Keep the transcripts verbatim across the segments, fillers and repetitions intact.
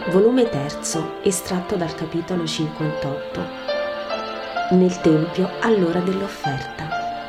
volume terzo, estratto dal capitolo cinquantotto. Nel Tempio all'ora dell'offerta.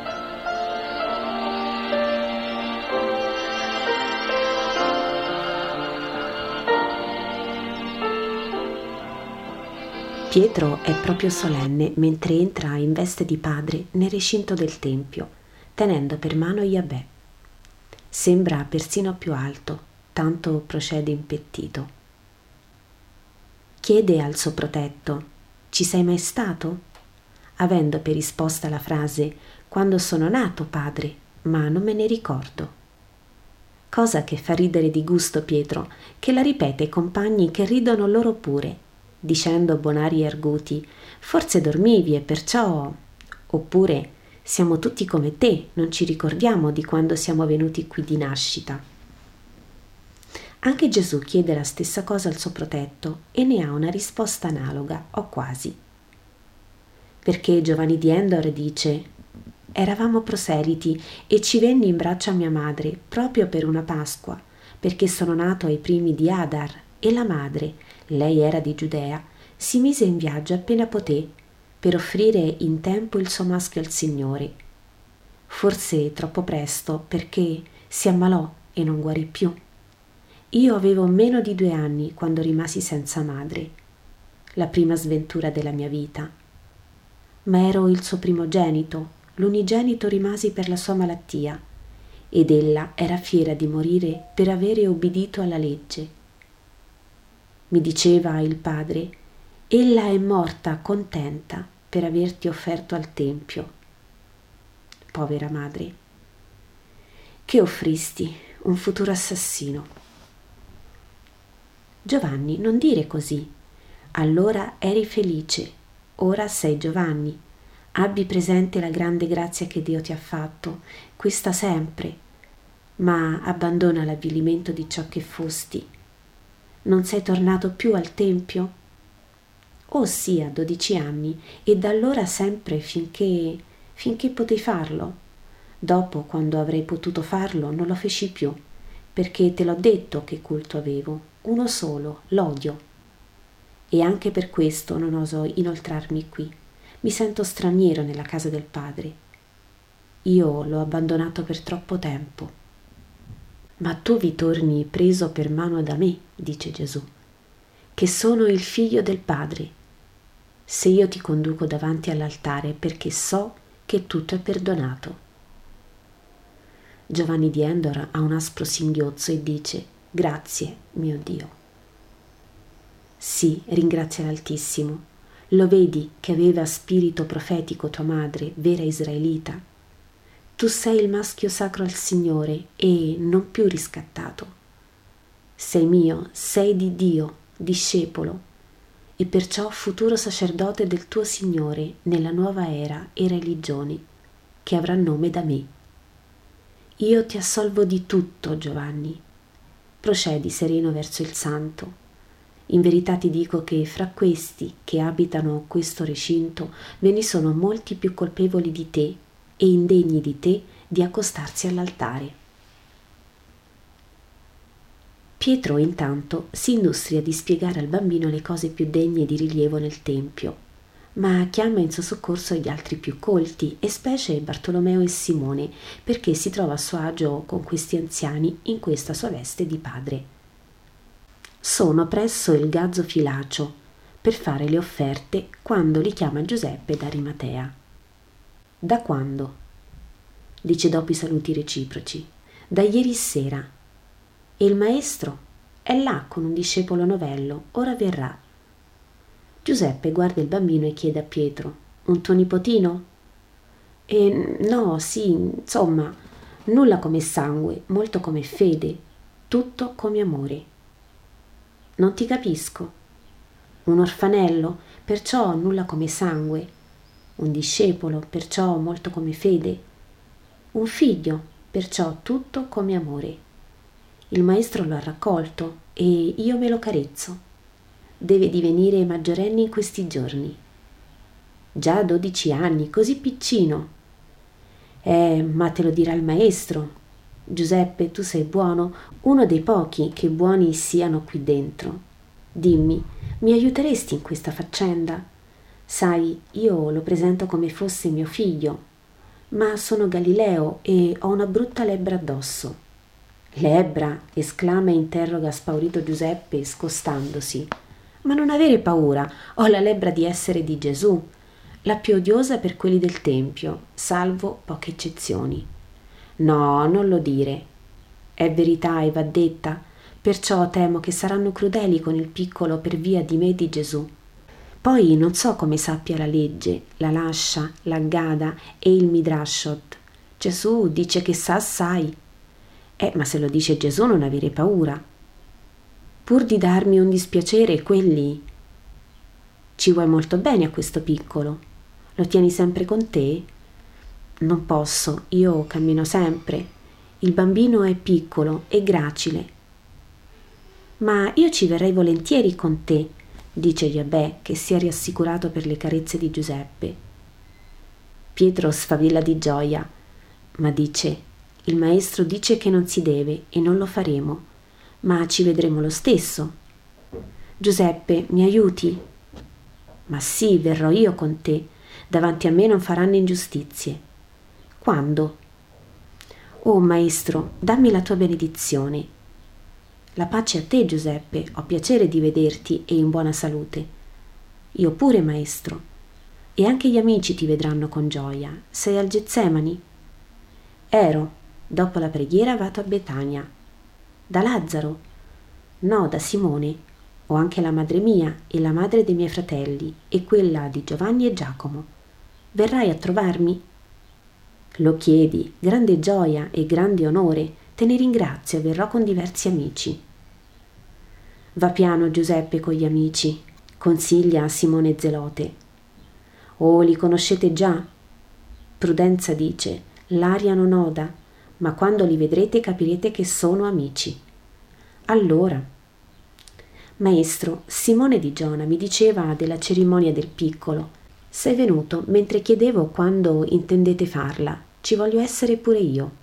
Pietro è proprio solenne mentre entra in veste di padre nel recinto del Tempio, tenendo per mano Yahweh. Sembra persino più alto, tanto procede impettito. Chiede al suo protetto: «Ci sei mai stato?» Avendo per risposta la frase: «Quando sono nato, padre, ma non me ne ricordo». Cosa che fa ridere di gusto Pietro, che la ripete ai compagni che ridono loro pure, dicendo bonari e arguti: «Forse dormivi e perciò…» Oppure: «Siamo tutti come te, non ci ricordiamo di quando siamo venuti qui di nascita». Anche Gesù chiede la stessa cosa al suo protetto e ne ha una risposta analoga, o quasi. Perché Giovanni di Endor dice: «Eravamo proseliti e ci venni in braccio a mia madre proprio per una Pasqua, perché sono nato ai primi di Adar, e la madre, lei era di Giudea, si mise in viaggio appena poté per offrire in tempo il suo maschio al Signore. Forse troppo presto, perché si ammalò e non guarì più. Io avevo meno di due anni quando rimasi senza madre, la prima sventura della mia vita. Ma ero il suo primogenito, l'unigenito rimasi per la sua malattia, ed ella era fiera di morire per avere obbedito alla legge. Mi diceva il padre: ella è morta contenta per averti offerto al Tempio. Povera madre, che offristi un futuro assassino. Giovanni, non dire così. Allora eri felice, ora sei Giovanni. Abbi presente la grande grazia che Dio ti ha fatto, questa sempre, ma abbandona l'avvilimento di ciò che fosti. Non sei tornato più al Tempio? Oh sì, a dodici anni, e da allora sempre finché, finché potei farlo. Dopo, quando avrei potuto farlo, non lo feci più, perché te l'ho detto che culto avevo, uno solo, l'odio. E anche per questo non oso inoltrarmi qui. Mi sento straniero nella casa del Padre. Io l'ho abbandonato per troppo tempo. Ma tu vi torni preso per mano da me, dice Gesù, che sono il figlio del Padre. Se io ti conduco davanti all'altare è perché so che tutto è perdonato. Giovanni di Endor ha un aspro singhiozzo e dice: «Grazie, mio Dio». Sì, ringrazia l'Altissimo. Lo vedi che aveva spirito profetico tua madre, vera israelita? Tu sei il maschio sacro al Signore e non più riscattato. Sei mio, sei di Dio, discepolo, e perciò futuro sacerdote del tuo Signore nella nuova era e religione, che avrà nome da me. Io ti assolvo di tutto, Giovanni. Procedi sereno verso il Santo. In verità ti dico che fra questi che abitano questo recinto ve ne sono molti più colpevoli di te e indegni di te di accostarsi all'altare. Pietro intanto si industria di spiegare al bambino le cose più degne di rilievo nel Tempio, ma chiama in suo soccorso gli altri più colti, e specie Bartolomeo e Simone, perché si trova a suo agio con questi anziani in questa sua veste di padre. Sono presso il Gazzo Filacio per fare le offerte quando li chiama Giuseppe d'Arimatea. «Da quando?» dice dopo i saluti reciproci. «Da ieri sera. E il maestro? È là con un discepolo novello, ora verrà». Giuseppe guarda il bambino e chiede a Pietro: «Un tuo nipotino?» «E no, sì, insomma, nulla come sangue, molto come fede, tutto come amore». «Non ti capisco». «Un orfanello, perciò nulla come sangue, un discepolo, perciò molto come fede, un figlio, perciò tutto come amore. Il maestro lo ha raccolto e io me lo carezzo. Deve divenire maggiorenne in questi giorni». «Già a dodici anni, così piccino». «Eh, ma te lo dirà il maestro. Giuseppe, tu sei buono, uno dei pochi che buoni siano qui dentro». Dimmi, mi aiuteresti in questa faccenda? Sai, io lo presento come fosse mio figlio, ma sono Galileo e ho una brutta lebbra addosso. Lebbra? Esclama e interroga spaurito Giuseppe, scostandosi. Ma non avere paura, ho la lebbra di essere di Gesù, la più odiosa per quelli del Tempio, salvo poche eccezioni. No, non lo dire. È verità e va detta, perciò temo che saranno crudeli con il piccolo per via di me e di Gesù. Poi non so come sappia la legge, la lascia, l'Aggada e il Midrashot. Gesù dice che sa assai. Eh, ma se lo dice Gesù non avere paura. Pur di darmi un dispiacere, quelli... Ci vuoi molto bene a questo piccolo? Lo tieni sempre con te? Non posso, io cammino sempre. Il bambino è piccolo e gracile. Ma io ci verrei volentieri con te, dice Yabè, che si è rassicurato per le carezze di Giuseppe. Pietro sfavilla di gioia, ma dice: il maestro dice che non si deve e non lo faremo, ma ci vedremo lo stesso. Giuseppe, mi aiuti? Ma sì, verrò io con te. Davanti a me non faranno ingiustizie. Quando? Oh maestro, dammi la tua benedizione. La pace a te, Giuseppe, ho piacere di vederti e in buona salute. Io pure, maestro. E anche gli amici ti vedranno con gioia. Sei al Getsemani? Ero. Dopo la preghiera vado a Betania. Da Lazzaro? No, da Simone. Ho anche la madre mia e la madre dei miei fratelli e quella di Giovanni e Giacomo. Verrai a trovarmi? Lo chiedi, grande gioia e grande onore. Te ne ringrazio, verrò con diversi amici. Va piano, Giuseppe, con gli amici, consiglia a Simone Zelote. Oh, li conoscete già? Prudenza dice: l'aria non oda, ma quando li vedrete capirete che sono amici. Allora, maestro, Simone di Giona mi diceva della cerimonia del piccolo. Sei venuto mentre chiedevo quando intendete farla. Ci voglio essere pure io.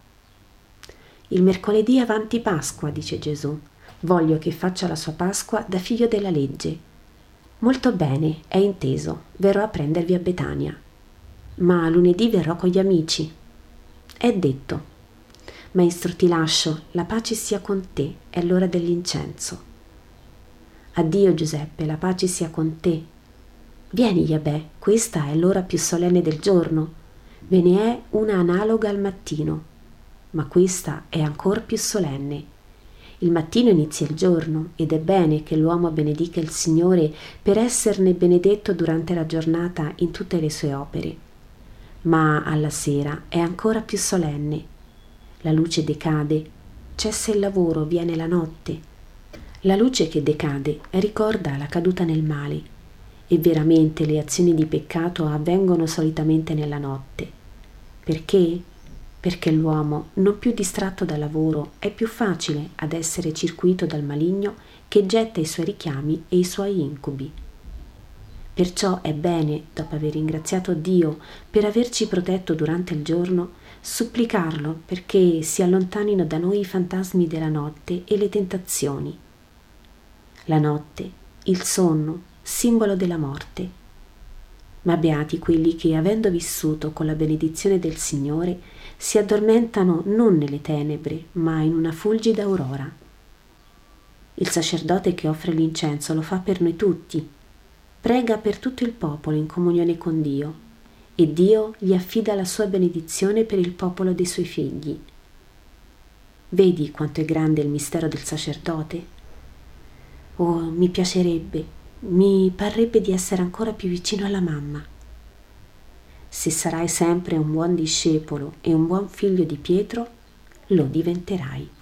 Il mercoledì avanti Pasqua, dice Gesù. Voglio che faccia la sua Pasqua da figlio della legge. Molto bene, è inteso. Verrò a prendervi a Betania. Ma lunedì verrò con gli amici. È detto. Maestro, ti lascio. La pace sia con te. È l'ora dell'incenso. Addio, Giuseppe, la pace sia con te. Vieni, Yabè, questa è l'ora più solenne del giorno. Ve ne è una analoga al mattino, ma questa è ancor più solenne. Il mattino inizia il giorno ed è bene che l'uomo benedica il Signore per esserne benedetto durante la giornata in tutte le sue opere. Ma alla sera è ancora più solenne. La luce decade, cessa il lavoro, viene la notte. La luce che decade ricorda la caduta nel male e veramente le azioni di peccato avvengono solitamente nella notte. Perché? Perché l'uomo, non più distratto dal lavoro, è più facile ad essere circuito dal maligno che getta i suoi richiami e i suoi incubi. Perciò è bene, dopo aver ringraziato Dio per averci protetto durante il giorno, supplicarlo perché si allontanino da noi i fantasmi della notte e le tentazioni. La notte, il sonno, simbolo della morte. Ma beati quelli che, avendo vissuto con la benedizione del Signore, si addormentano non nelle tenebre, ma in una fulgida aurora. Il sacerdote che offre l'incenso lo fa per noi tutti. Prega per tutto il popolo in comunione con Dio, e Dio gli affida la sua benedizione per il popolo dei suoi figli. Vedi quanto è grande il mistero del sacerdote? Oh, mi piacerebbe, mi parrebbe di essere ancora più vicino alla mamma. Se sarai sempre un buon discepolo e un buon figlio di Pietro, lo diventerai.